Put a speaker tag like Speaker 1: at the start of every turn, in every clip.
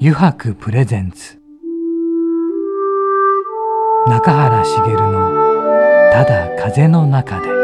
Speaker 1: 油白プレゼンツ中原茂のただ風の中で。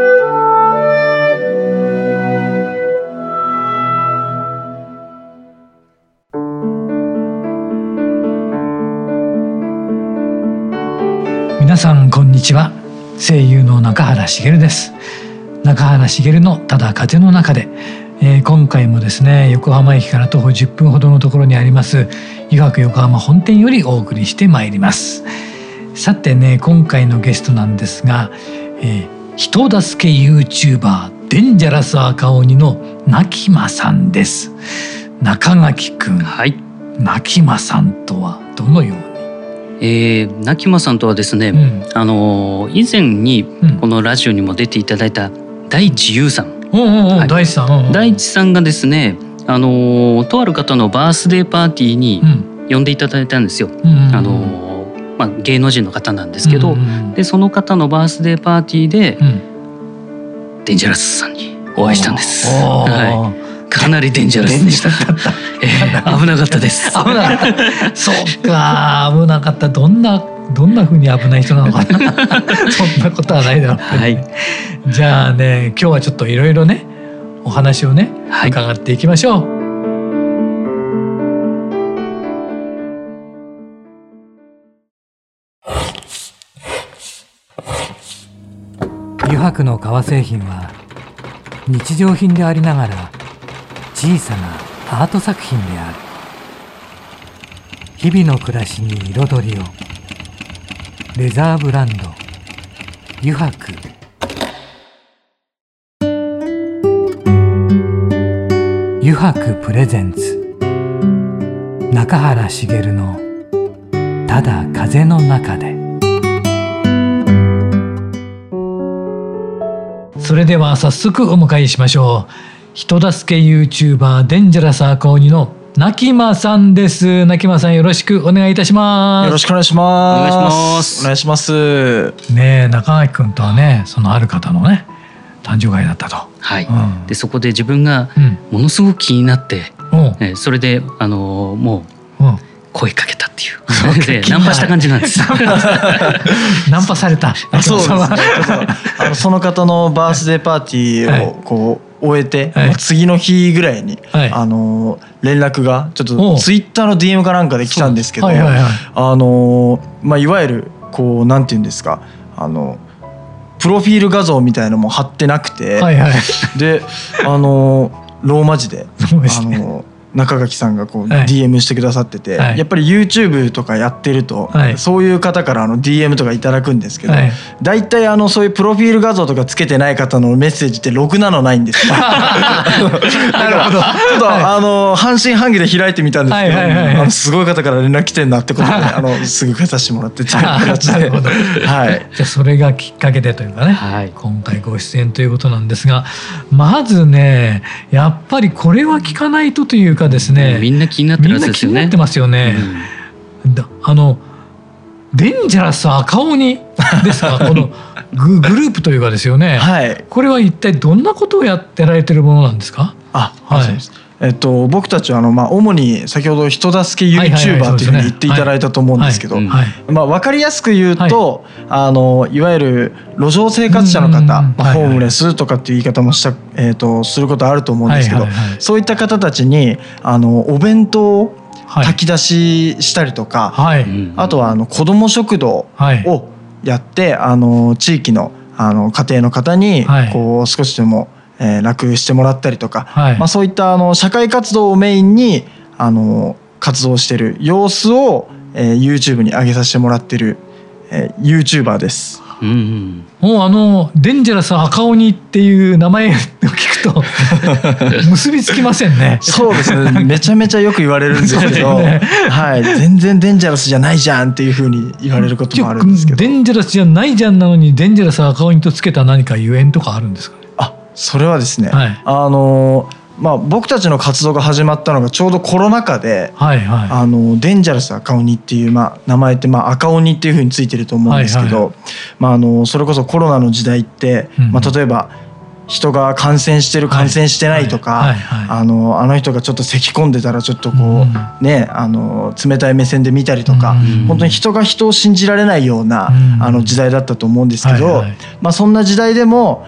Speaker 1: 皆さんこんにちは。声優の中原茂です。中原茂のただ風の中で、今回もですね、横浜駅から徒歩10分ほどのところにあります油白横浜本店よりお送りしてまいります。さてね、今回のゲストなんですが、人助け YouTuber デンジャラス赤鬼のなきまさんです。中垣くん、
Speaker 2: はい、
Speaker 1: なきまさんとはどのように？
Speaker 2: なきまさんとはですね、以前にこのラジオにも出ていただいた大地優さん、
Speaker 1: 大地さん、
Speaker 2: 大地さんがですね、とある方のバースデーパーティーに呼んでいただいたんですよ。芸能人の方なんですけど、でその方のバースデーパーティーで、デンジャラスさんにお会いしたんです。かなりデンジャラスでした。危なかったです。
Speaker 1: 危なかった。そうか、危なかった。どんな風に危ない人なのかな。そんなことはないだろう、
Speaker 2: はい。
Speaker 1: じゃあね、今日はちょっといろいろね、お話をね、伺っていきましょう。油白の革製品は日常品でありながら小さなアート作品である。日々の暮らしに彩りを。レザーブランド油白。油白プレゼンツ中原茂のただ風の中で。それでは早速お迎えしましょう。人助け YouTuber デンジャラス赤鬼のなきまさんです。なきまさん、よろしくお願いいたします。
Speaker 3: よろしくお願いします。お願いします。
Speaker 1: ねえ、中垣くんとはね、そのある方のね、誕生会だったと。
Speaker 2: はい。でそこで自分がものすごく気になって、それでもう声かけたっていうでナンパした感じなんです。
Speaker 1: ナンパされた。
Speaker 3: そうですね。その方のバースデーパーティーをこう終えて、次の日ぐらいに連絡がちょっとツイッターの DM かなんかで来たんですけど、いわゆるこうなんていうんですか、プロフィール画像みたいのも貼ってなくて、でローマ字で中垣さんがこう DM してくださってて、やっぱり YouTube とかやってると、そういう方からDM とかいただくんですけど、だいたいそういうプロフィール画像とかつけてない方のメッセージってろくなのないんですよ。なるほど。ちょっと半信半疑で開いてみたんですけど、すごい方から連絡来てんなってことですぐ返させてもらってっていう形で、じゃ
Speaker 1: あそれがきっかけでというかね、今回ご出演ということなんですが、まずね、やっぱりこれは聞かないとというかですね、
Speaker 2: みんな気になってるやつですよね。
Speaker 1: みんな気になってますよね。デンジャラス赤鬼ですか。このグループというかですよね。これは一体どんなことをやってられてるものなんですか？
Speaker 3: 僕たちは主に先ほど人助け YouTuber というふうに言っていただいたと思うんですけど、分かりやすく言うと、いわゆる路上生活者の方、ホームレスとかっていう言い方もすることあると思うんですけど、そういった方たちにお弁当を炊き出ししたりとか、あとは子ども食堂をやって、地域の家庭の方にこう少しでも楽してもらったりとか、そういった社会活動をメインに活動している様子を、YouTube に上げさせてもらってる、YouTuber です。
Speaker 1: もうデンジャラス赤鬼っていう名前を聞くと結びつきませんね。
Speaker 3: そうですね。めちゃめちゃよく言われるんですけど、全然デンジャラスじゃないじゃんっていうふうに言われることもあるんですけど、
Speaker 1: デンジャラスじゃないじゃんなのにデンジャラス赤鬼とつけた何かゆえんとかあるんですかね？
Speaker 3: それはですね、僕たちの活動が始まったのがちょうどコロナ禍で、デンジャラス赤鬼っていう、名前って赤鬼っていうふうについてると思うんですけど、それこそコロナの時代って、例えば人が感染してる、感染してないとか、あの人がちょっと咳込んでたらちょっとこうね、冷たい目線で見たりとか、本当に人が人を信じられないような時代だったと思うんですけど、まあそんな時代でも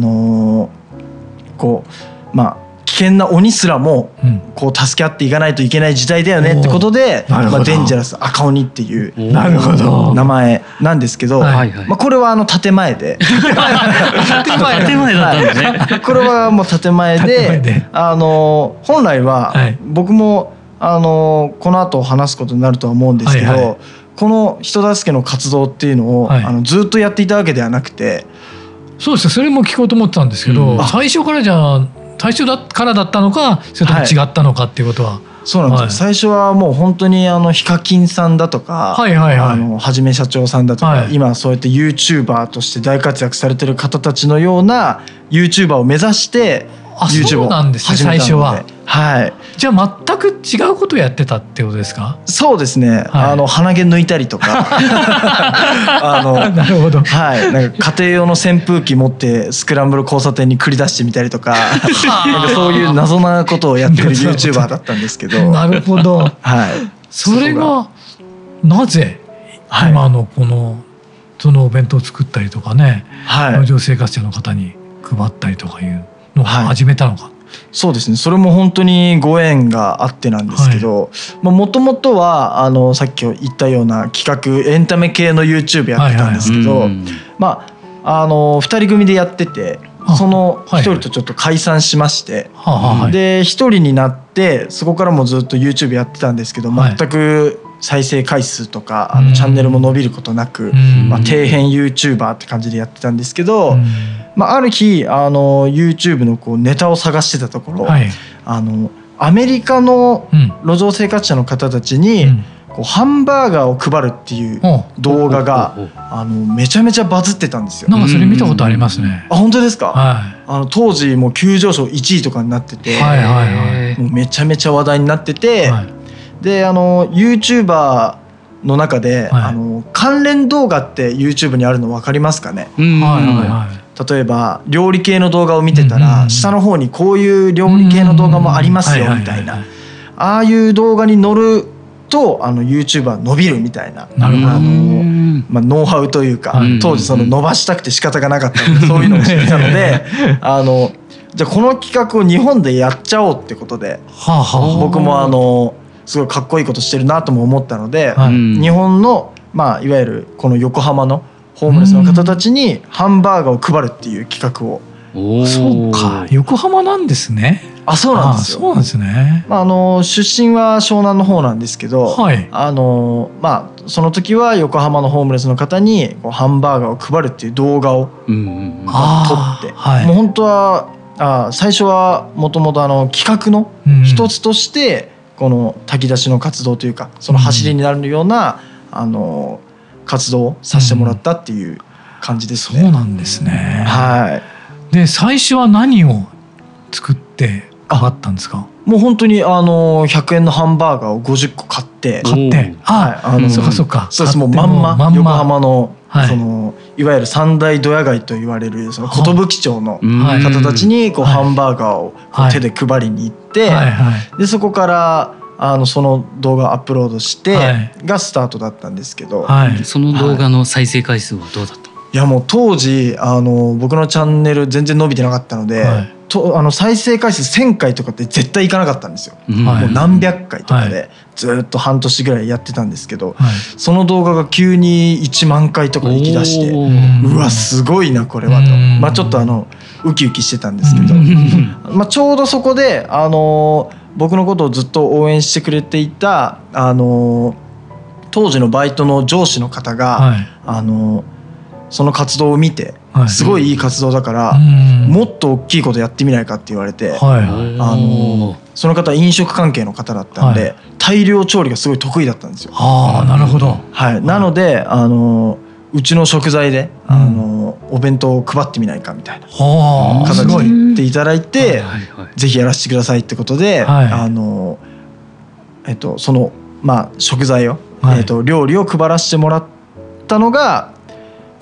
Speaker 3: こうまあ危険な鬼すらもこう助け合っていかないといけない時代だよねってことで、まあデンジャラス赤鬼っていう名前なんですけど、まあこれは建前で
Speaker 2: 建前だったんですね。
Speaker 3: これはもう建前で、本来は僕もこの後話すことになるとは思うんですけど、この人助けの活動っていうのをずっとやっていたわけではなくて、
Speaker 1: そうですね、それも聞こうと思ってたんですけど、最初からじゃあ最初からだったのか、それとも違ったのかっていうことは。
Speaker 3: そうなんです、最初はもう本当にヒカキンさんだとか、はじめ社長さんだとか、今そうやって YouTuber として大活躍されてる方たちのような YouTuber を目指して YouTube を始めたので、
Speaker 1: 最初は。
Speaker 3: はい。
Speaker 1: じゃあ全く違うことをやってたってことですか？
Speaker 3: そうですね。鼻毛抜いたりとか、
Speaker 1: なるほど。
Speaker 3: はい。なんか家庭用の扇風機持ってスクランブル交差点に繰り出してみたりとか、なんかそういう謎なことをやってる YouTuber だったんですけど。
Speaker 1: なるほど。
Speaker 3: はい。
Speaker 1: それがなぜ今のこのそのお弁当を作ったりとかね、路上生活者の方に配ったりとかいうのを始めたのか。
Speaker 3: そうですね、それも本当にご縁があってなんですけど、もともとはさっき言ったような企画エンタメ系の YouTube やってたんですけど、まあ2人組でやってて、その1人とちょっと解散しまして、で1人になってそこからもずっと YouTube やってたんですけど、全く再生回数とかチャンネルも伸びることなく、まあ、底辺 YouTuber って感じでやってたんですけど、まあ、ある日YouTube のこうネタを探してたところ、アメリカの路上生活者の方たちにこうハンバーガーを配るっていう動画がめちゃめちゃバズってたんですよ。
Speaker 1: なんかそれ見たことありますね。
Speaker 3: あ、本当ですか？当時もう急上昇1位とかになってて、もうめちゃめちゃ話題になってて、でYouTuber の中で関連動画って YouTube にあるの分かりますかね？例えば料理系の動画を見てたら下の方にこういう料理系の動画もありますよみたいな、ああいう動画に載るとYouTuber 伸びるみたいな、まあ、ノウハウというか、当時その伸ばしたくて仕方がなかったのでそういうのを知ってたのでじゃあこの企画を日本でやっちゃおうってことで、僕もすごいかっこいいことしてるなとも思ったので、日本のまあいわゆるこの横浜のホームレスの方たちにハンバーガーを配るっていう企画を。
Speaker 1: そうか、横浜なんですね。
Speaker 3: あ、そうなんですよ。
Speaker 1: そうなんですね。
Speaker 3: まあ出身は湘南の方なんですけど、まあその時は横浜のホームレスの方にこうハンバーガーを配るっていう動画を撮って、もう本当は最初はもともと企画の一つとしてこの炊き出しの活動というかその走りになるような活動をさせてもらったっていう感じですね。
Speaker 1: そうなんですね。
Speaker 3: はい。
Speaker 1: で最初は何を作って配ったんですか？
Speaker 3: もう本当に100円のハンバーガーを50個買って、
Speaker 1: そうか
Speaker 3: そうです。もうまんま横浜のそのいわゆる三大ドヤ街と言われるその寿町の方たちにこうハンバーガーを手で配りに行って、でそこからその動画をアップロードしてがスタートだったんですけど、
Speaker 2: その動画の再生回数はどうだった？
Speaker 3: いやもう当時僕のチャンネル全然伸びてなかったので、再生回数1000回とかって絶対いかなかったんですよ。もう何百回とかでずっと半年ぐらいやってたんですけど、その動画が急に1万回とか行きだして、うわすごいなこれはと、まあちょっとウキウキしてたんですけどまあちょうどそこで僕のことをずっと応援してくれていた当時のバイトの上司の方が、その活動を見てすごいいい活動だから、もっと大きいことやってみないかって言われて、その方は飲食関係の方だったんで、大量調理がすごい得意だったんですよ。
Speaker 1: なるほど。
Speaker 3: なのでうちの食材でお弁当を配ってみないかみたいな形で言っていただいて、ぜひやらせてくださいってことでそのまあ食材を料理を配らせてもらったのが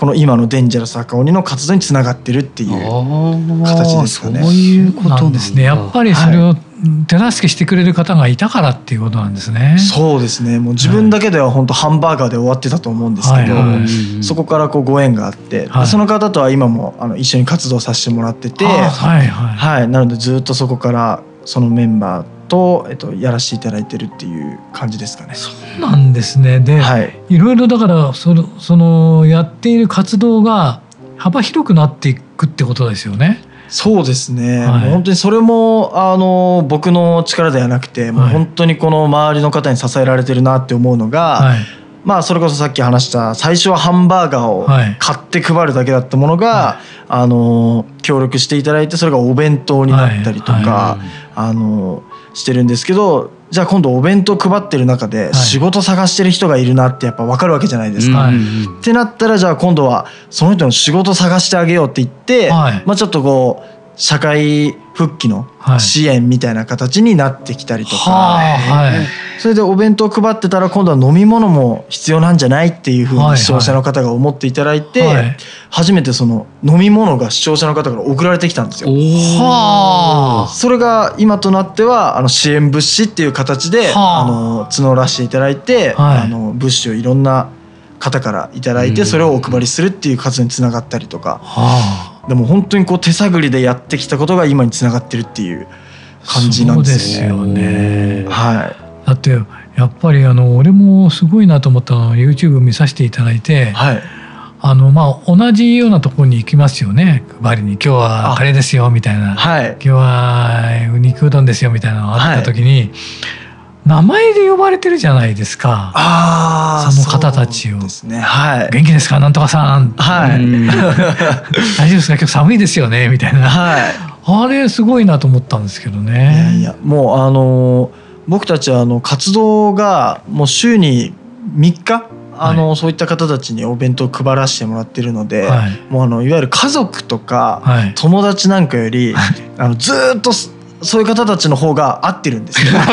Speaker 3: この今のデンジャラス赤鬼の活動につながってるっていう形ですかね。
Speaker 2: そういうことなんですね。
Speaker 1: やっぱりそれを手助けしてくれる方がいたからっていうことなんですね。
Speaker 3: そうですね。もう自分だけでは本当ハンバーガーで終わってたと思うんですけど、そこからこうご縁があって、その方とは今も一緒に活動させてもらってて、なのでずっとそこからそのメンバーとやらせていただいてるっていう感じですかね。
Speaker 1: そうなんですね。で、いろいろだからそのやっている活動が幅広くなっていくってことですよね。
Speaker 3: そうですね、もう本当にそれも僕の力ではなくて、もう本当にこの周りの方に支えられてるなって思うのが、まあそれこそさっき話した最初はハンバーガーを買って配るだけだったものが、協力していただいてそれがお弁当になったりとかしてるんですけど、じゃあ今度お弁当配ってる中で仕事探してる人がいるなってやっぱ分かるわけじゃないですか。ってなったらじゃあ今度はその人の仕事探してあげようって言って、まあちょっとこう社会復帰の支援みたいな形になってきたりとか、それでお弁当配ってたら今度は飲み物も必要なんじゃないっていうふうに視聴者の方が思っていただいて、初めてその飲み物が視聴者の方から送られてきたんですよ。それが今となっては支援物資っていう形で募らせていただいて、物資をいろんな方からいただいてそれをお配りするっていう活動につながったりとか、でも本当にこう手探りでやってきたことが今につながってるっていう感じなんですよね。
Speaker 1: そうですよね。だってやっぱり俺もすごいなと思ったのは YouTube 見させていただいて、まあ同じようなところに行きますよね。配りに今日はカレーですよみたいな、今日は肉うどんですよみたいなのがあった時に、名前で呼ばれてるじゃないですか。その方たちを。元気ですかなんとかさん。大丈夫ですか今日寒いですよねみたいな。あれすごいなと思ったんですけどね。
Speaker 3: いやもう僕たちは活動がもう週に3日そういった方たちにお弁当を配らせてもらってるので、もういわゆる家族とか友達なんかよりずっとそういう方たちの方が合ってるんですよ。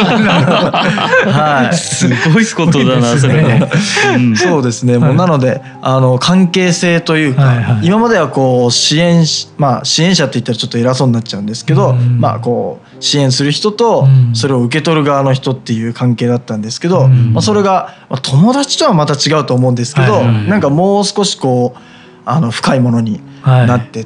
Speaker 2: すごいことだなそれ。
Speaker 3: そうですね。もうなので関係性というか、今まではこう支援者って言ったらちょっと偉そうになっちゃうんですけど、まあこう支援する人とそれを受け取る側の人っていう関係だったんですけど、それが友達とはまた違うと思うんですけど、なんかもう少しこう深いものになってって、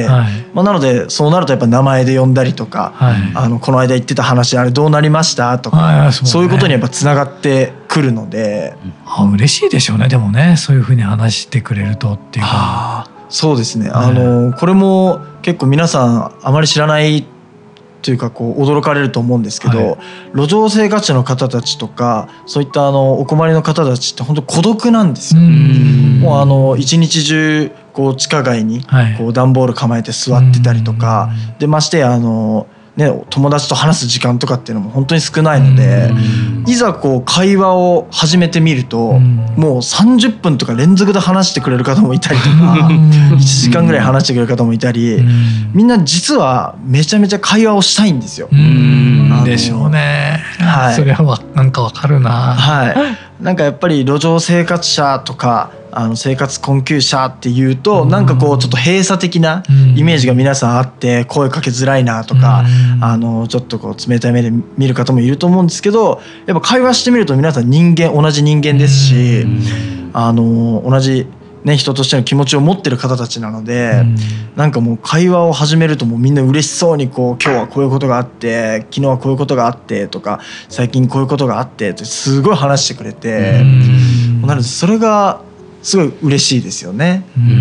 Speaker 3: なのでそうなるとやっぱ名前で呼んだりとか、この間言ってた話あれどうなりましたとか、そういうことにやっぱつながってくるので、
Speaker 1: 嬉しいでしょうね。でもねそういうふうに話してくれるとっていうか。
Speaker 3: そうですね。これも結構皆さんあまり知らないというかこう驚かれると思うんですけど、路上生活者の方たちとかそういったお困りの方たちって本当孤独なんですよ。もう一日中こう地下街にこう段ボール構えて座ってたりとかで、ましてや友達と話す時間とかっていうのも本当に少ないので、いざこう会話を始めてみるともう30分とか連続で話してくれる方もいたりとか1時間ぐらい話してくれる方もいたり、みんな実はめちゃめちゃ会話をしたいんですよ。
Speaker 1: でしょうね。それはなんかわかるな。
Speaker 3: なんかやっぱり路上生活者とか生活困窮者っていうとなんかこうちょっと閉鎖的なイメージが皆さんあって声かけづらいなとかちょっとこう冷たい目で見る方もいると思うんですけど、やっぱ会話してみると皆さん同じ人間ですし、同じ人としての気持ちを持ってる方たちなので、なんかもう会話を始めるともうみんな嬉しそうにこう今日はこういうことがあって昨日はこういうことがあってとか最近こういうことがあってってすごい話してくれて、なのでそれがすごい嬉しいですよね。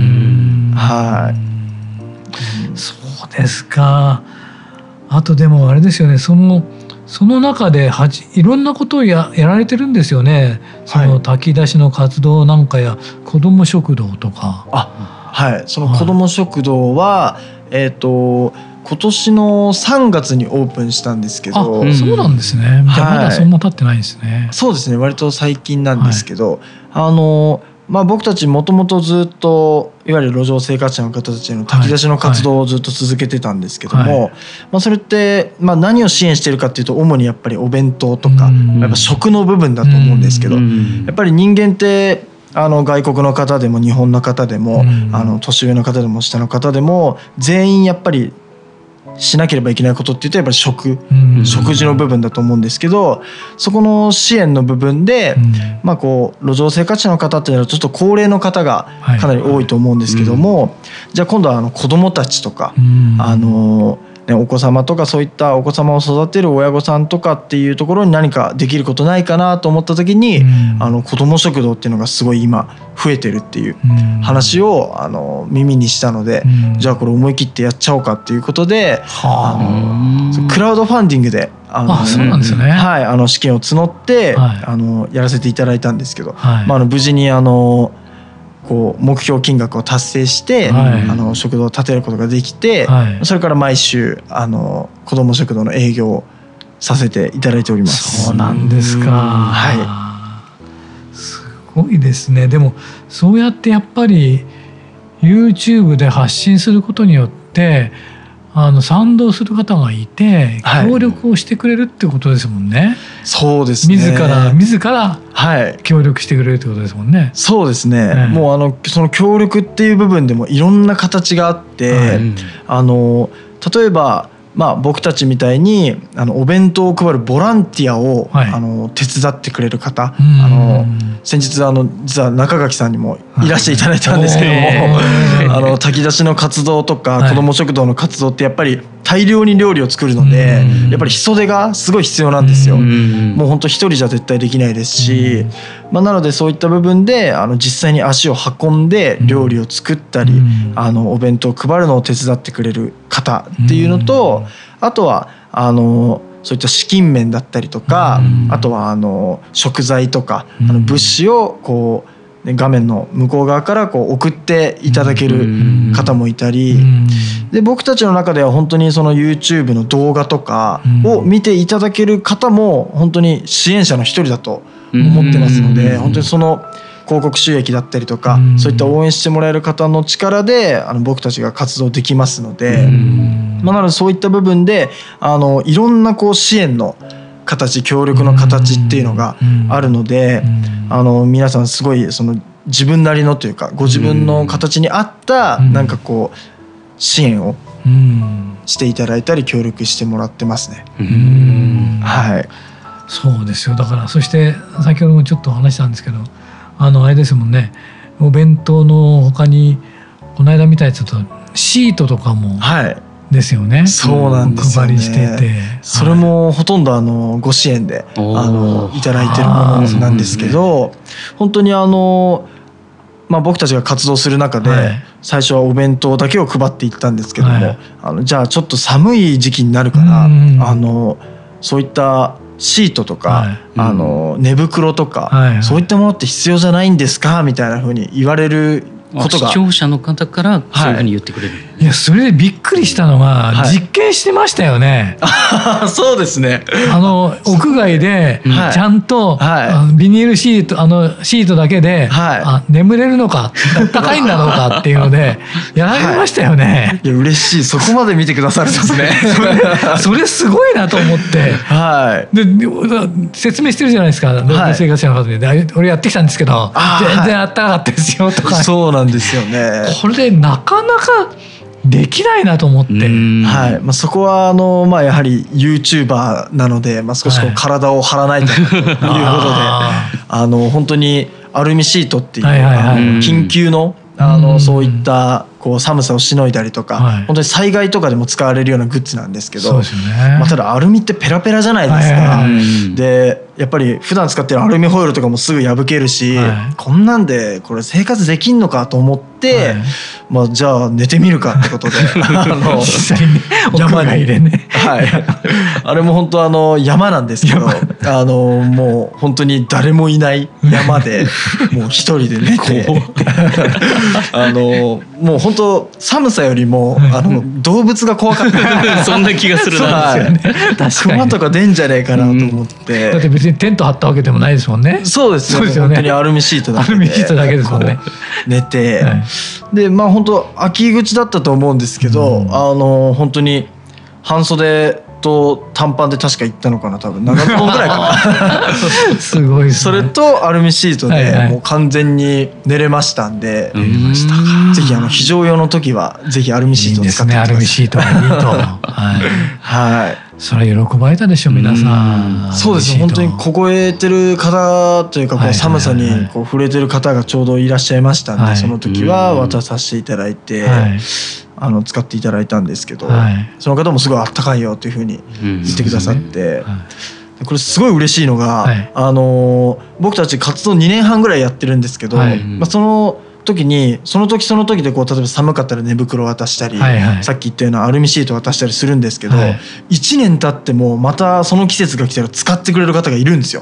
Speaker 1: そうですか。あとでもあれですよね。その中でいろんなことをやられてるんですよね。その炊き出しの活動なんかや子ども食堂とか。
Speaker 3: その子ども食堂は今年の3月にオープンしたんですけど。
Speaker 1: そうなんですね。じゃあまだそんな経ってないんですね。
Speaker 3: そうですね。割と最近なんですけど、僕たちもともとずっといわゆる路上生活者の方たちの炊き出しの活動をずっと続けてたんですけども、それって何を支援しているかっていうと主にやっぱりお弁当とかやっぱ食の部分だと思うんですけど、やっぱり人間って外国の方でも日本の方でも、年上の方でも下の方でも全員やっぱりしなければいけないことって言うとやっぱり食事の部分だと思うんですけど、そこの支援の部分で、こう路上生活者の方っていうのはちょっと高齢の方がかなり多いと思うんですけども、じゃあ今度は子どもたちとか、お子様とかそういったお子様を育てる親御さんとかっていうところに何かできることないかなと思った時に、子ども食堂っていうのがすごい今増えてるっていう話を耳にしたので、じゃあこれ思い切ってやっちゃおうかっていうことで、クラウドファンディングで
Speaker 1: そうなんですね。
Speaker 3: はい、資金を募って、やらせていただいたんですけど、無事にこう目標金額を達成して、食堂を建てることができて、それから毎週子ども食堂の営業をさせていただいております。
Speaker 1: そうなんですか。はい。すごいですね。でもそうやってやっぱり YouTube で発信することによって賛同する方がいて協力をしてくれるってことですもんね。
Speaker 3: そうですね。
Speaker 1: 自ら協力してくれるってことですもんね。
Speaker 3: そうですね。もうその協力っていう部分でもいろんな形があって、例えば僕たちみたいにお弁当を配るボランティアを、手伝ってくれる方、先日実は中垣さんにもいらしていただいたんですけども、炊き出しの活動とか子ども食堂の活動ってやっぱり大量に料理を作るので、やっぱり人手がすごい必要なんですよ。もう本当一人じゃ絶対できないですし、なのでそういった部分で実際に足を運んで料理を作ったり、お弁当を配るのを手伝ってくれる方っていうのと、あとはそういった資金面だったりとか、あとは食材とか物資をこう画面の向こう側からこう送っていただける方もいたり、で僕たちの中では本当にその YouTube の動画とかを見ていただける方も本当に支援者の一人だと思ってますので、本当にその広告収益だったりとか、そういった応援してもらえる方の力で僕たちが活動できますので、なのでそういった部分でいろんなこう支援の形、協力の形っていうのがあるので、皆さんすごいその自分なりのというかご自分の形に合ったなんかこう支援をしていただいたり協力してもらってますね。はい。
Speaker 1: そうですよ。だからそして先ほどもちょっと話したんですけど、あれですもんね。お弁当の他にこの間見たやつだとシートとかもですよね。
Speaker 3: そうなんですよね。
Speaker 1: お配りしてて、
Speaker 3: それもほとんどご支援でいただいてるものなんですけど、本当に僕たちが活動する中で最初はお弁当だけを配っていったんですけども、じゃあちょっと寒い時期になるからそういったシートとか、寝袋とか、そういったものって必要じゃないんですかみたいな風に言われることが、
Speaker 2: 視聴者の方からそういうふうに言ってくれる。
Speaker 1: いやそれでびっくりしたのが、実験してましたよね。
Speaker 3: そうですね。
Speaker 1: 屋外でちゃんとビニールシートシートだけで眠れるのか高いんだろうかっていうのでやられましたよね。
Speaker 3: いや嬉しい。そこまで見てくださるんですね。
Speaker 1: それすごいなと思って。で説明してるじゃないですか。生活者の方で俺やってきたんですけど全然あったかかったですよとか。
Speaker 3: そうなんですよね。
Speaker 1: これなかなかできないなと思って、
Speaker 3: そこはやはり YouTuber なので、少しこう体を張らないということで、本当にアルミシートっていう緊急のそういったこう寒さをしのいだりとか、本当に災害とかでも使われるようなグッズなんですけど、ただアルミってペラペラじゃないですか。でやっぱり普段使ってるアルミホイルとかもすぐ破けるし、こんなんでこれ生活できんのかと思って、じゃあ寝てみるかってことで
Speaker 1: 実際に山外でね、
Speaker 3: あれも本当山なんですけど、もう本当に誰もいない山でもう一人で寝てもう本当寒さよりも動物が怖かった
Speaker 2: そんな気がするな。
Speaker 3: 熊とか出んじゃねえかなと思って。
Speaker 1: だって別にテント張ったわけでもないですもんね。
Speaker 3: そうですよね。本当にアルミシートだけで。
Speaker 1: アルミシートだけですもんね。
Speaker 3: 寝て、で本当秋口だったと思うんですけど、本当に半袖と短パンで確か行ったのかな、多分長ズボンぐらいかな
Speaker 1: すごいですね。
Speaker 3: それとアルミシートでもう完全に寝れましたんで、ぜひ非常用の時はぜひアルミシートを使ってください。いいですね、アルミシートがいいとはい、それは喜ばれたでしょ皆さん。そうですね、本当に凍えてる方というかこう寒さにこう触れてる方がちょうどいらっしゃいましたんで、その時は渡させていただいて、使っていただいたんですけど、その方もすごいあったかいよというふうに言ってくださって、これすごい嬉しいのが、僕たち活動2年半ぐらいやってるんですけど、その時にその時でこう例えば寒かったら寝袋渡したり、さっき言ったようなアルミシート渡したりするんですけど、1年経ってもまたその季節が来たら使ってくれる方がいるんですよ。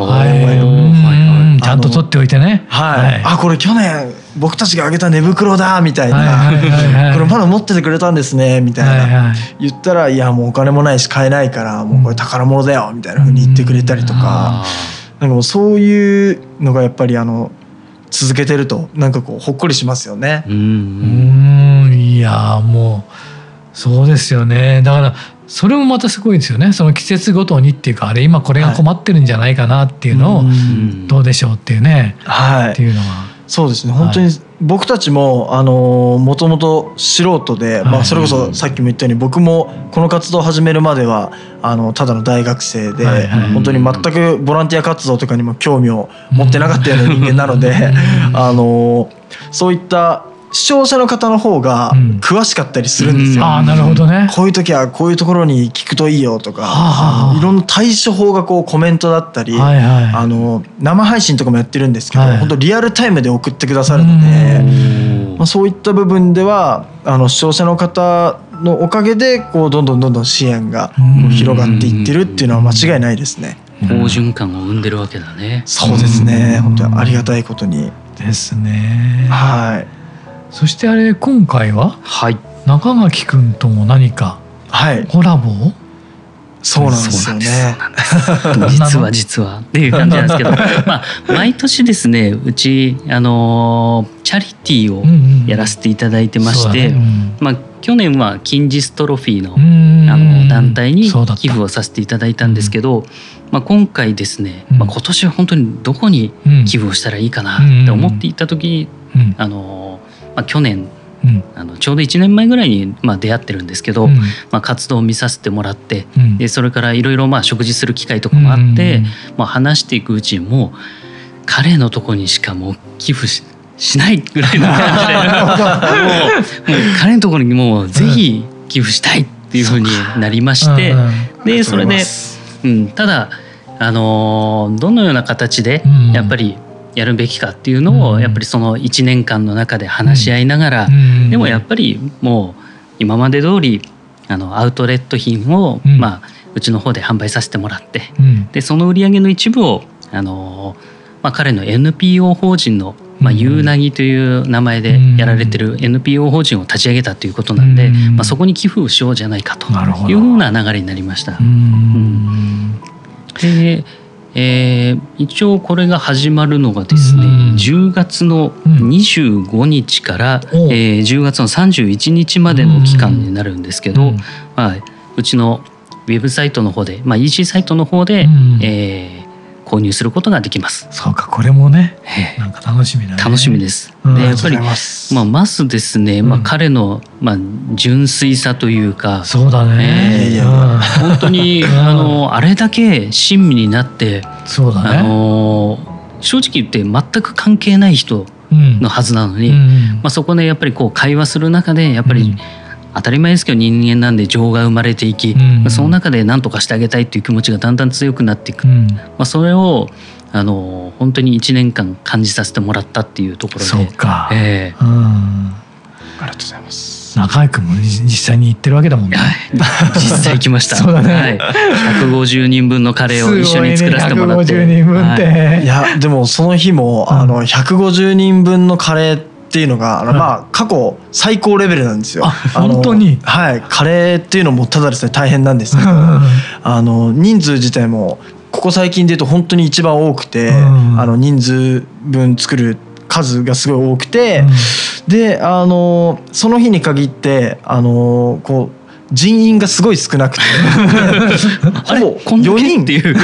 Speaker 1: ちゃんと取っておいてね。
Speaker 3: あ、これ去年僕たちがあげた寝袋だみたいな、これまだ持っててくれたんですねみたいな言ったら、いやもうお金もないし買えないからもうこれ宝物だよみたいな風に言ってくれたりとか、なんかもうそういうのがやっぱり続けてるとなんかこうほっこりしますよね。
Speaker 1: いやもうそうですよね。だからそれもまたすごいですよね。その季節ごとにっていうか、あれ今これが困ってるんじゃないかなっていうのをどうでしょうっていうね、っていうのは
Speaker 3: そうですね。本当に僕たちももともと素人で、それこそさっきも言ったように僕もこの活動を始めるまではただの大学生で、本当に全くボランティア活動とかにも興味を持ってなかったような人間なのでそういった視聴者の方の方が詳しかったりするんですよ。
Speaker 1: なるほどね。
Speaker 3: こういう時はこういうところに聞くといいよとか、いろんな対処法がこうコメントだったり、生配信とかもやってるんですけど、本当リアルタイムで送ってくださるので、そういった部分では視聴者の方のおかげでこうどんどん支援が広がっていってるっていうのは間違いないですね。
Speaker 2: 好循環を生んでるわけだね。
Speaker 3: そうですね。本当にありがたいことに
Speaker 1: ですね。
Speaker 3: はい。
Speaker 1: そしてあれ今回は、中垣くんとも何かコラボ、
Speaker 3: そうなんですよね。
Speaker 2: 実はっていう感じなんですけど毎年ですね、うちチャリティーをやらせていただいてまして、去年は金ジストロフィーの団体に寄付をさせていただいたんですけど、今回ですね、今年は本当にどこに寄付をしたらいいかなって思っていた時、去年ちょうど1年前ぐらいに出会ってるんですけど、活動を見させてもらって、でそれからいろいろ食事する機会とかもあって、話していくうちにもう彼のとこにしかもう寄付しないぐらいの感じでもう彼のところにもうぜひ寄付したいっていうふうになりまして、でそれで、ただどのような形でやっぱりやるべきかっていうのをやっぱりその1年間の中で話し合いながら、でもやっぱりもう今まで通りアウトレット品をうちの方で販売させてもらって、でその売り上げの一部を彼の NPO 法人のゆうなぎという名前でやられてる NPO 法人を立ち上げたということなんで、そこに寄付をしようじゃないかというような流れになりました。で一応これが始まるのがですね、10月の25日から10月の31日までの期間になるんですけど、うちのウェブサイトの方で、EC サイトの方で購入することができます。
Speaker 1: そうか、これもね、なんか楽しみだね。
Speaker 2: 楽しみです。でやっぱりまずですね、彼の純粋さというか、
Speaker 1: そうだね。
Speaker 2: 本当にあれだけ親身になって、
Speaker 1: そうだね。
Speaker 2: 正直言って全く関係ない人のはずなのに、そこでやっぱりこう会話する中でやっぱり当たり前ですけど人間なんで情が生まれていき、その中で何とかしてあげたいっていう気持ちがだんだん強くなっていく、それを本当に1年間感じさせてもらったっていうところで。
Speaker 1: そうか、
Speaker 3: ありがとうございます。
Speaker 1: 中井君も実際に行ってるわけだもんね。
Speaker 2: 実際行きました。
Speaker 1: そうだね。
Speaker 2: 150人分のカレーを一緒に作らせてもらって。
Speaker 1: 150人分って。
Speaker 3: いやでもその日も150人分のカレーっていうのが過去最高レベルなんですよ。
Speaker 1: 本当に。
Speaker 3: カレーっていうのもただですね大変なんですけど、人数自体もここ最近でいうと本当に一番多くて、人数分作る数がすごい多くて、でその日に限ってこう人員がすごい少なくてほぼ4人っていう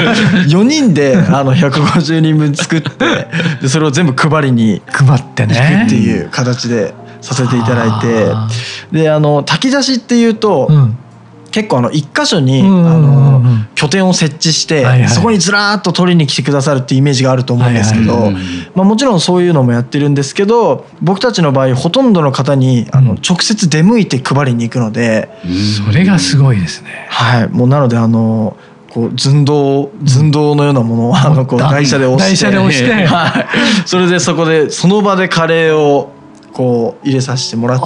Speaker 3: 4人で150人分作ってでそれを全部配りに
Speaker 1: 配ってね
Speaker 3: っていう形でさせていただいて、で炊き出しっていうと、結構一箇所に拠点を設置して、そこにずらーっと取りに来てくださるっていうイメージがあると思うんですけど、もちろんそういうのもやってるんですけど、僕たちの場合ほとんどの方に直接出向いて配りに行くので、
Speaker 1: それがすごいですね。
Speaker 3: はい、もうなのでこう寸胴のようなものをこう台車で押してはい、それでそこでその場でカレーをこう入れさせてもらって、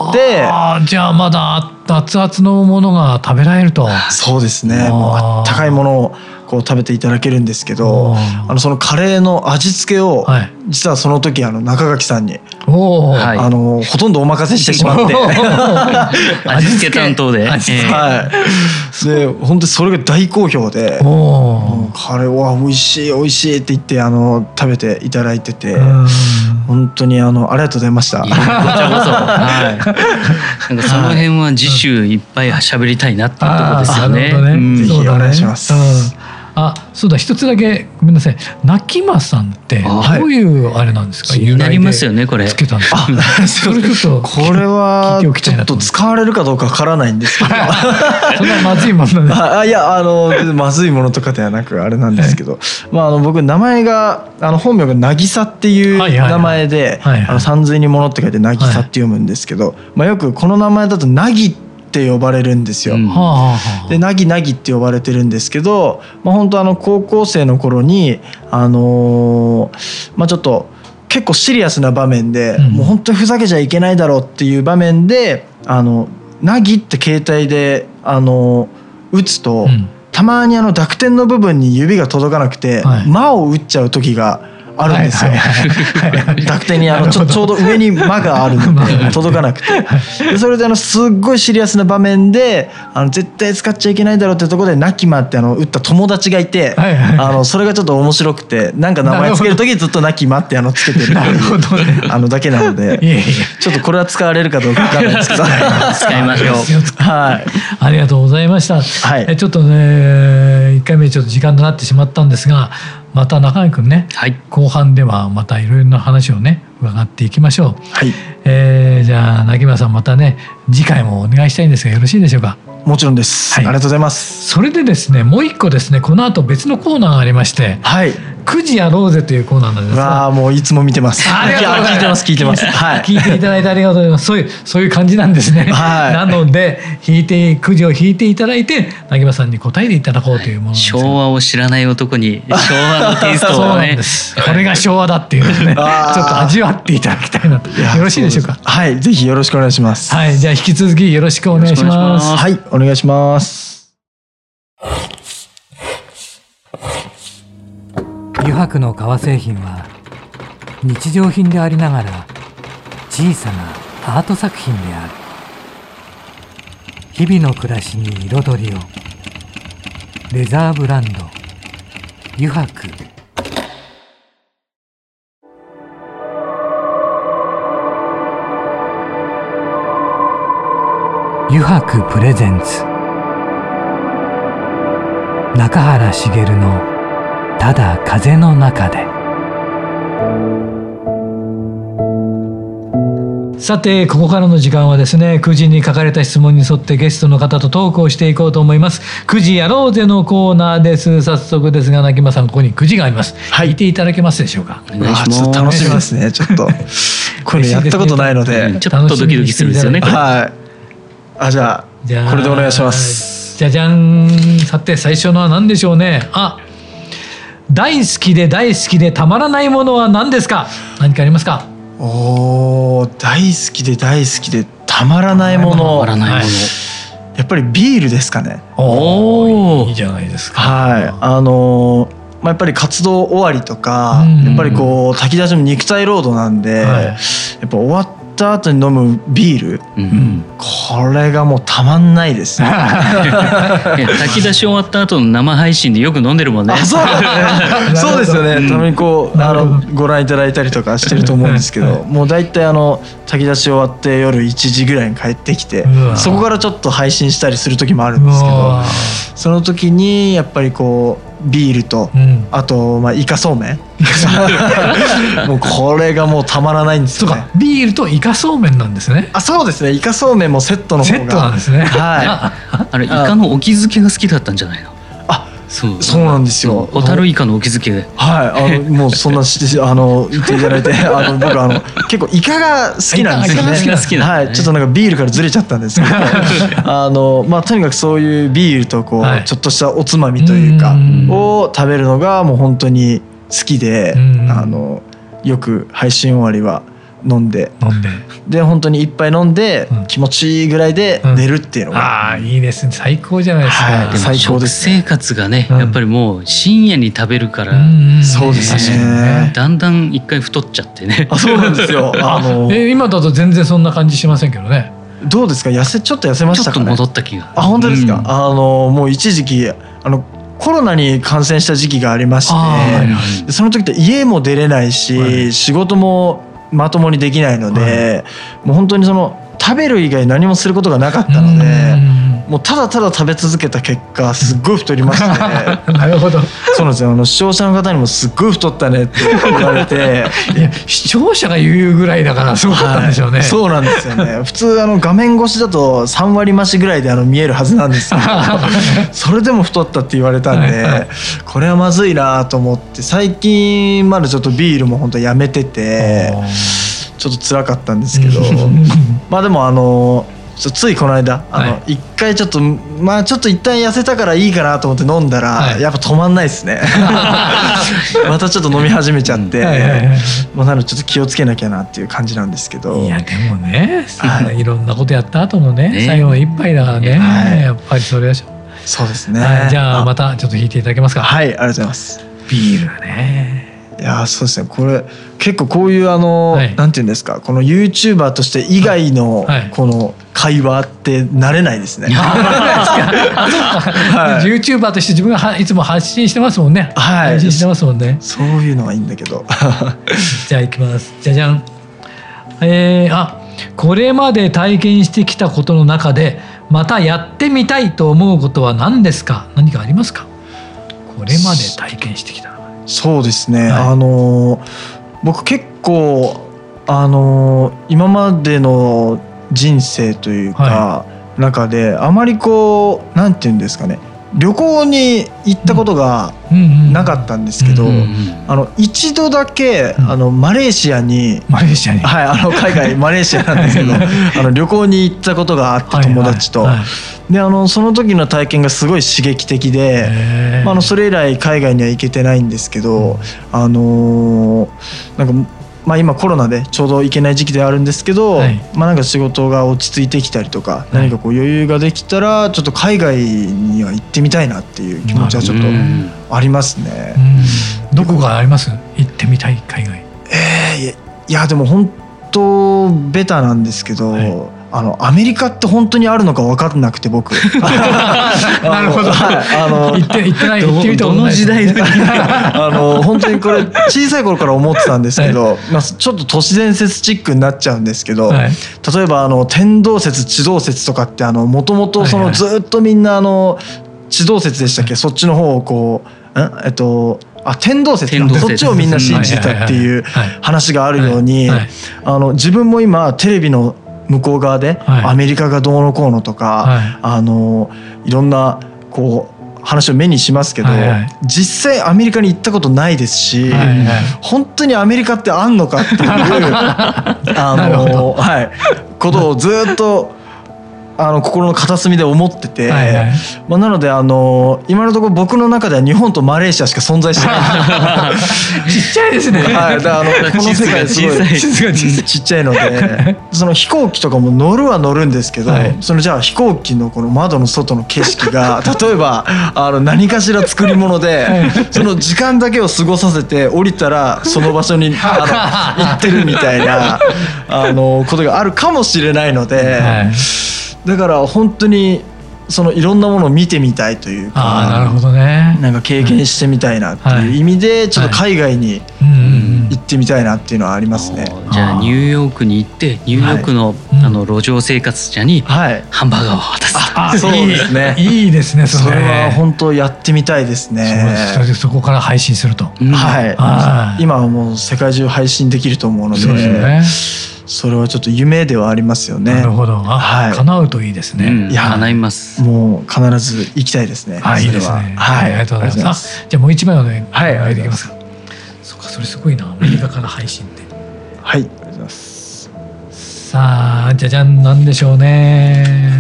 Speaker 1: じゃあまだ熱々のものが食べられると。
Speaker 3: そうですね、もうあったかいものをこう食べていただけるんですけど、そのカレーの味付けを、実はその時中垣さんにほとんどお任せしてしまって
Speaker 2: 味付け担当で、
Speaker 3: で本当にそれが大好評で、カレーは美味しい美味しいって言って食べていただいてて、本当にありがとうございました。こち
Speaker 2: らこそ、なんかその辺は次週いっぱい喋りたいなっていうところですよね。
Speaker 3: ぜひお願いします。
Speaker 1: そうだ、一つだけごめんなさい。なきまさんってどういうあれなんですか。
Speaker 2: 気になりますよねこれ。
Speaker 1: つけたんですか。それちょっと
Speaker 3: これはちょっと使われるかどうかわからないんですけど。
Speaker 1: そんなまずいものなんです。
Speaker 3: いやまずいものとかではなくあれなんですけど、僕名前が本名が渚っていう名前で、山水に物って書いて渚って読むんですけど、よくこの名前だと凪って呼ばれるんですよ。でなぎなぎって呼ばれてるんですけど、本当高校生の頃にちょっと結構シリアスな場面で、もう本当にふざけちゃいけないだろうっていう場面でなぎって携帯で打つと、たまに濁点の部分に指が届かなくて「ま」を打っちゃう時があるんですよ。濁点にちょうど上に「ま」があるので届かなくて、でそれですっごいシリアスな場面で絶対使っちゃいけないだろうってところで「なきま」って打った友達がいて、それがちょっと面白くて、なんか名前つける時ずっと「なきま」ってつけてるっていうだけなので、ちょっとこれは使われるかどうか分からないですけど
Speaker 2: 使いましょう。
Speaker 1: はい、ありがとうございました。ちょっとね1回目ちょっと時間となってしまったんですが、また中垣くんね、後半ではまたいろいろな話をね伺っていきましょう。じゃあなきまさん、またね次回もお願いしたいんですがよろしいでしょうか。
Speaker 3: もちろんです、ありがとうございます。
Speaker 1: それでですね、もう一個ですね、この後別のコーナーがありまして、9時やろうぜというコーナーなんですが、
Speaker 3: もういつも見てます。
Speaker 1: ありがとうございます。
Speaker 3: 聞いてます。
Speaker 1: 聞いていただいてありがとうございます。そういう感じなんですね。なので9時を引いていただいて、なぎまさんに答えていただこうというものです。
Speaker 2: 昭和を知らない男に昭和のテイストをね
Speaker 1: これが昭和だっていうのねちょっと味わっていただきたいなと。よろしいでしょうか。
Speaker 3: はい、ぜひよろしくお願いします。
Speaker 1: じゃあ引き続きよろしくお願いします。
Speaker 3: はい、お願いします。
Speaker 1: 油白の革製品は日常品でありながら小さなアート作品である。日々の暮らしに彩りを。レザーブランド油白。油白プレゼンツ中原茂のただ風の中で。さてここからの時間はですね、9時に書かれた質問に沿ってゲストの方とトークをしていこうと思います。9時やろうぜのコーナーです。早速ですが、なきまさん、ここに9時があります。聞いていただけますでしょうか。
Speaker 3: ちょっと楽しみですね。ちょっとこれやったことないので
Speaker 2: ちょっとドキドキするんですよね。
Speaker 3: じゃあこれでお願いします。
Speaker 1: じゃじゃん。さて最初のは何でしょうね。大好きで大好きでたまらないものは何ですか。何かありますか。
Speaker 3: 大好きで大好きでたまらないもの。やっぱりビールですかね。
Speaker 1: いいじゃないですか。
Speaker 3: やっぱり活動終わりとか、やっぱりこう炊き出しも肉体労働なんで、やっぱ終わっった後に飲むビール、これがもうたまんないですね。
Speaker 2: 炊き出し終わった後の生配信でよく飲んでるもんね。
Speaker 3: そうですよね。たまにこうご覧いただいたりとかしてると思うんですけど、もうだいたい炊き出し終わって夜1時ぐらいに帰ってきて、そこからちょっと配信したりする時もあるんですけど、その時にやっぱりこうビールと、あとイカそうめんもうこれがもうたまらないんですよね。
Speaker 1: そうか、ビールとイカそうめんなんですね。
Speaker 3: そうですね。イカそうめんもセットの方が
Speaker 1: セットなんですね。
Speaker 2: あれイカの沖漬けが好きだったんじゃないの？
Speaker 3: そうなんですよ。
Speaker 2: ホタルイカの沖漬け。
Speaker 3: もうそんな言っていただいて、僕結構イカが好きなんですよね。ちょっとなんかビールからずれちゃったんですけど、とにかくそういうビールとこうちょっとしたおつまみというかを食べるのがもう本当に好きで、よく配信終わりは飲んでで本当に一杯飲んで気持ちいいぐらいで寝るっていうのが、
Speaker 1: いいですね。最高じゃないですか。
Speaker 3: 最高です。
Speaker 2: 食生活がね、やっぱりもう深夜に食べるから、
Speaker 3: そうですね。
Speaker 2: だんだん一回太っちゃってね。
Speaker 3: そうなんですよ。
Speaker 1: 今だと全然そんな感じしませんけどね。
Speaker 3: どうですか？ちょっと痩せましたかね？
Speaker 2: ちょっと戻った気が。
Speaker 3: 本当ですか？もう一時期コロナに感染した時期がありまして、その時って家も出れないし、仕事もまともにできないので、もう本当に食べる以外何もすることがなかったので、もうただただ食べ続けた結果すっごい太りまして、
Speaker 1: なるほど。
Speaker 3: そうなんですよ。視聴者の方にもすっごい太ったねって言われて
Speaker 1: いや視聴者が言うぐらいだからすごかったんでしょうね。
Speaker 3: そうなんですよね。普通画面越しだと3割増しぐらいで見えるはずなんですけどそれでも太ったって言われたんで、これはまずいなと思って、最近までちょっとビールも本当やめててちょっと辛かったんですけどでもついこの間一回ちょっと一旦痩せたからいいかなと思って飲んだら、やっぱ止まんないですねまたちょっと飲み始めちゃってなのでちょっと気をつけなきゃなっていう感じなんですけど。
Speaker 1: いやでもね、いろんなことやった後のね、最後の一杯だからね、やっぱりそれは
Speaker 3: そうですね。
Speaker 1: じゃあまたちょっと引いていただけますか？
Speaker 3: はい、ありがとうございます。
Speaker 1: ビールがね、
Speaker 3: いやそうですね。これ結構こういうなんていうんですか、この YouTuber として以外のこの会話って慣れないですね。
Speaker 1: YouTuber として自分がいつも発信してますもんね。配信してますもんね。
Speaker 3: そういうのはいいんだけど
Speaker 1: じゃあいきます。じゃじゃん。これまで体験してきたことの中でまたやってみたいと思うことは何ですか？何かありますか？これまで体験してきた。
Speaker 3: そうですね。僕結構今までの人生というか中であまりなんていうんですかね、旅行に行ったことがなかったんですけど、一度だけマレーシアに海外マレーシアなんですけど旅行に行ったことがあって、友達と。でその時の体験がすごい刺激的で、それ以来海外には行けてないんですけど、なんか今コロナでちょうど行けない時期ではあるんですけど、なんか仕事が落ち着いてきたりとか、何か余裕ができたらちょっと海外には行ってみたいなっていう気持ちはちょっとありますね。
Speaker 1: どこがあります？行ってみたい海外。
Speaker 3: いやでも本当ベタなんですけど、アメリカって本当にあるのか分かんなくて僕
Speaker 1: なるほど。行ってない。行ってみた
Speaker 2: どの時代だ
Speaker 3: 本当にこれ小さい頃から思ってたんですけど、ちょっと都市伝説チックになっちゃうんですけど、例えば天動説地動説とかってもともとずっとみんな地動説でしたっけ、そっちの方をこう天動説か、そっちをみんな信じてたっていう話があるように、自分も今テレビの向こう側でアメリカがどうのこうのとか、いろんなこう話を目にしますけど、実際アメリカに行ったことないですし、本当にアメリカってあんのかっていうことをずっと心の片隅で思ってて、
Speaker 1: はいはい、
Speaker 3: まあ、なので今のところ僕の中では日本とマレーシアしか存在してない
Speaker 1: ちっちゃいですね。
Speaker 3: はい、だからこの世界すごいちっちゃいのでその飛行機とかも乗るは乗るんですけど、はい、そのじゃあ飛行機のこの窓の外の景色が例えば何かしら作り物で、はい、その時間だけを過ごさせて降りたらその場所に行ってるみたいなことがあるかもしれないので、はい、だから本当にそのいろんなものを見てみたいというか、
Speaker 1: なるほどね、
Speaker 3: なんか経験してみたいなっていう意味でちょっと海外に行ってみたいなっていうのはありますね。
Speaker 2: じゃあニューヨークに行ってニューヨークの、路上生活者にハンバーガーを渡す、
Speaker 3: そうですね、
Speaker 1: いいですね。
Speaker 3: それは本当やってみたいですね。
Speaker 1: そこから配信すると、
Speaker 3: はい、今はもう世界中配信できると思うので、そうですね、それはちょっと夢ではありますよね。
Speaker 1: なるほど、はい、叶うといいですね。
Speaker 2: いや、叶います。
Speaker 3: もう必ず行きたいですね。
Speaker 1: はい、いいですね。はい、ありがとうございます。じゃあもう一枚お願いできますか。そうか、それすごいな、アメリカから配信で。
Speaker 3: はい、ありがとうございます。
Speaker 1: さあ、じゃじゃん、なんでしょうね。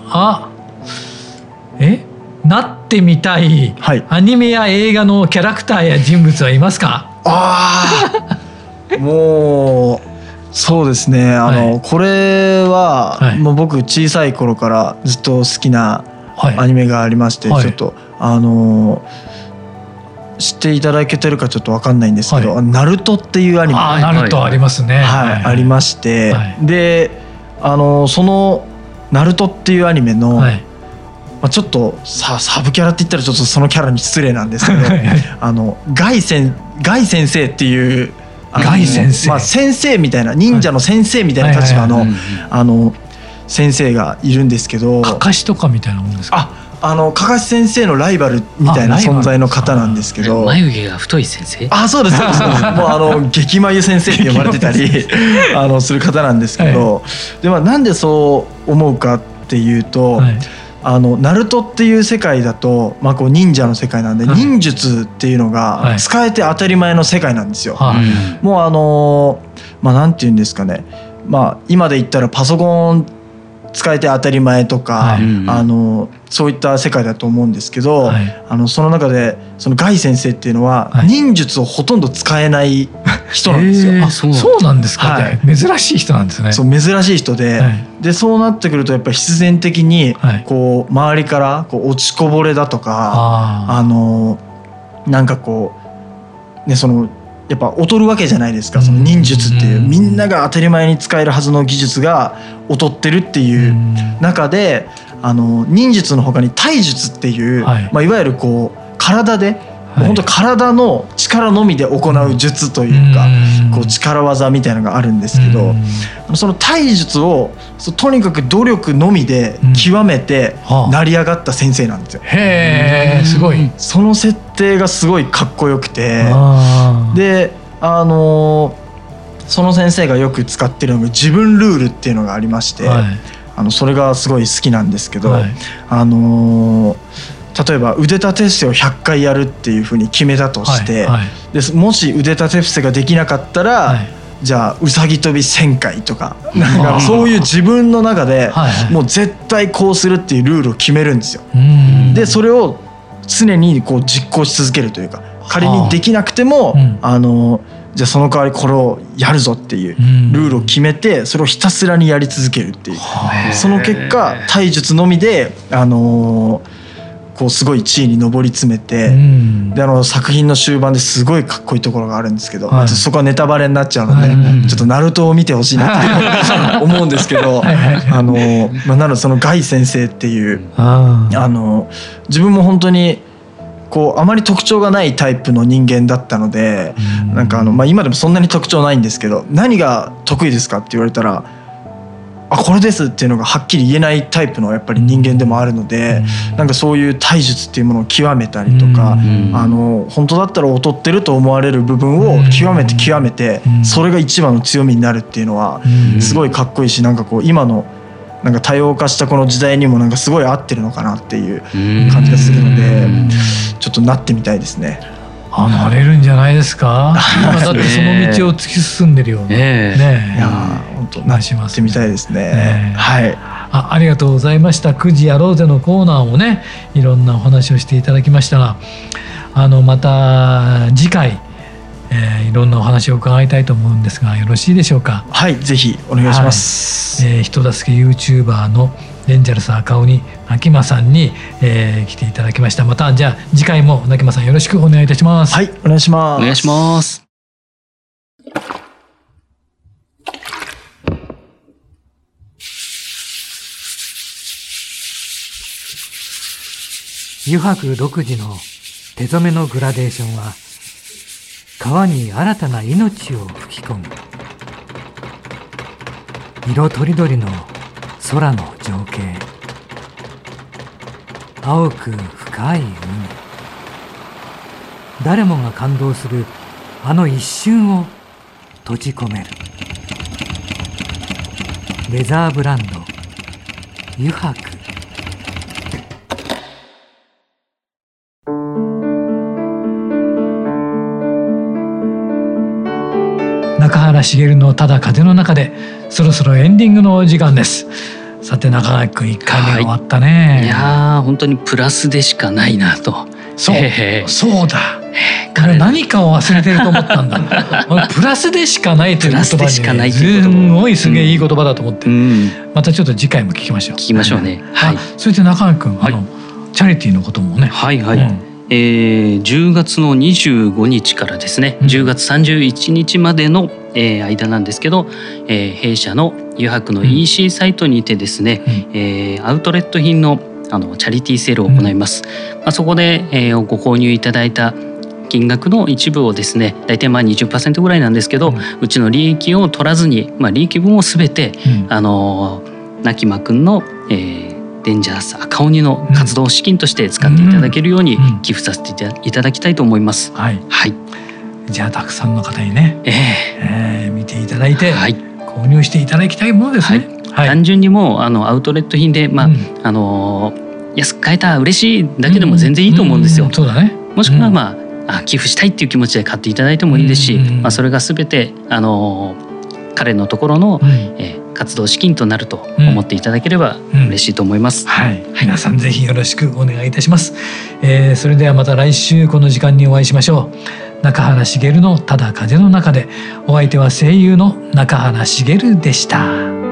Speaker 1: なってみたい、はい、アニメや映画のキャラクターや人物はいますか？
Speaker 3: もうそうですね、これは、もう僕小さい頃からずっと好きなアニメがありまして、ちょっと知っていただけてるかちょっと分かんないんですけど、ナルトっていうアニメ、
Speaker 1: ナルトありますね、
Speaker 3: ありまして、でそのナルトっていうアニメの、ちょっとサブキャラって言ったらちょっとそのキャラに失礼なんですけどガイ先生っていう
Speaker 1: ガイ先生、
Speaker 3: 先生みたいな、忍者の先生みたいな立場の先生がいるんですけど、
Speaker 1: かかしとかみたいなもんですか？
Speaker 3: かかし先生のライバルみたいな存在の方なんですけど、
Speaker 2: 眉毛が太い先生、
Speaker 3: そうですもう激眉先生って呼ばれてたりする方なんですけど、でなんでそう思うかっていうと、ナルトっていう世界だと、こう忍者の世界なんで、忍術っていうのが使えて当たり前の世界なんですよ。もうなんていうんですかね、今で言ったらパソコン使えて当たり前とか、そういった世界だと思うんですけど、その中でそのガイ先生っていうのは忍術をほとんど使えない人なんですよ。
Speaker 1: そうなんですか。珍しい人なんですね。
Speaker 3: そう、珍しい人で、そうなってくるとやっぱり必然的にこう周りからこう落ちこぼれだとか、なんかこうね、そのやっぱ劣るわけじゃないですか。その忍術っていうみんなが当たり前に使えるはずの技術が劣ってるっていう中で、忍術の他に体術っていう、いわゆるこう体で本当体の力のみで行う術というか、こう力技みたいなのがあるんですけど、その体術をとにかく努力のみで極めて成り上がった先生なんですよ。
Speaker 1: へー、すごい。
Speaker 3: その設定がすごいかっこよくて、でその先生がよく使ってるのが自分ルールっていうのがありまして、それがすごい好きなんですけど、例えば腕立て伏せを100回やるっていうふうに決めたとして、でもし腕立て伏せができなかったら、じゃあうさぎ跳び1000回とか、なんかそういう自分の中でもう絶対こうするっていうルールを決めるんですよ。でそれを常にこう実行し続けるというか、仮にできなくても、じゃあその代わりこれをやるぞっていうルールを決めて、それをひたすらにやり続けるっていう、その結果体術のみでこうすごい地位に上り詰めて、で作品の終盤ですごいかっこいいところがあるんですけど、そこはネタバレになっちゃうので、ちょっとナルトを見てほしいなって思うんですけど、なのでそのガイ先生っていう自分も本当にこうあまり特徴がないタイプの人間だったので、なんか今でもそんなに特徴ないんですけど、何が得意ですかって言われたら、これですっていうのがはっきり言えないタイプのやっぱり人間でもあるので、なんかそういう体術っていうものを極めたりとか、本当だったら劣ってると思われる部分を極めてそれが一番の強みになるっていうのはすごいかっこいいし、なんかこう今のなんか多様化したこの時代にもなんかすごい合ってるのかなっていう感じがするので、ちょっとなってみたいですね。
Speaker 1: なれるんじゃないですか。今だってその道を突き進んでるよね。
Speaker 3: いや本当なしますみたいですね。はい。
Speaker 1: ありがとうございました。9時やろうぜのコーナーもね、いろんなお話をしていただきましたが、また次回、いろんなお話を伺いたいと思うんですが、よろしいでしょうか。
Speaker 3: はい、ぜひお願いします。
Speaker 1: 人助け YouTuber のデンジャラス赤鬼泣間さんに、来ていただきました。またじゃあ次回も泣間さんよろしくお願いいたします。
Speaker 3: はい、お願いします。
Speaker 2: お願いします。
Speaker 1: 油白独自の手染めのグラデーションは川に新たな命を吹き込む。色とりどりの空の情景、青く深い海、誰もが感動するあの一瞬を閉じ込める。レザーブランド油白。中原茂のただ風の中で、そろそろエンディングのお時間です。さて中垣君、1回目終わったね。
Speaker 2: いや本当にプラスでしかないなと。
Speaker 1: そうだ、何かを忘れてると思ったんだプラスでしかないという言葉に、すごいすげえいい言葉だと思って、またちょっと次回も聞きましょう。
Speaker 2: 聞きましょうね。はい。
Speaker 1: それで中垣君、チャリティーのこともね。
Speaker 2: はいはい。10月の25日からですね、10月31日までの間なんですけど、弊社の油白の EC サイトにてですね、アウトレット品のチャリティーセールを行います。そこで、ご購入いただいた金額の一部をですね、大体20% ぐらいなんですけど、うちの利益を取らずに、利益分をすべて、泣間くんの、デンジャラス赤鬼の活動資金として使っていただけるように寄付させていただきたいと思います。はい。
Speaker 1: じゃあたくさんの方にね、見ていただいて、購入していただきたいものですね。
Speaker 2: 単純にもうアウトレット品で、安く買えた嬉しいだけでも全然いいと思うんですよ。
Speaker 1: そうだね。
Speaker 2: もしくは寄付したいっていう気持ちで買っていただいてもいいですし、それが全て彼のところの、活動資金となると思っていただければ嬉しいと思います。
Speaker 1: 皆さんぜひよろしくお願いいたします。それではまた来週この時間にお会いしましょう。中原茂のただ風の中で、お相手は声優の中原茂でした。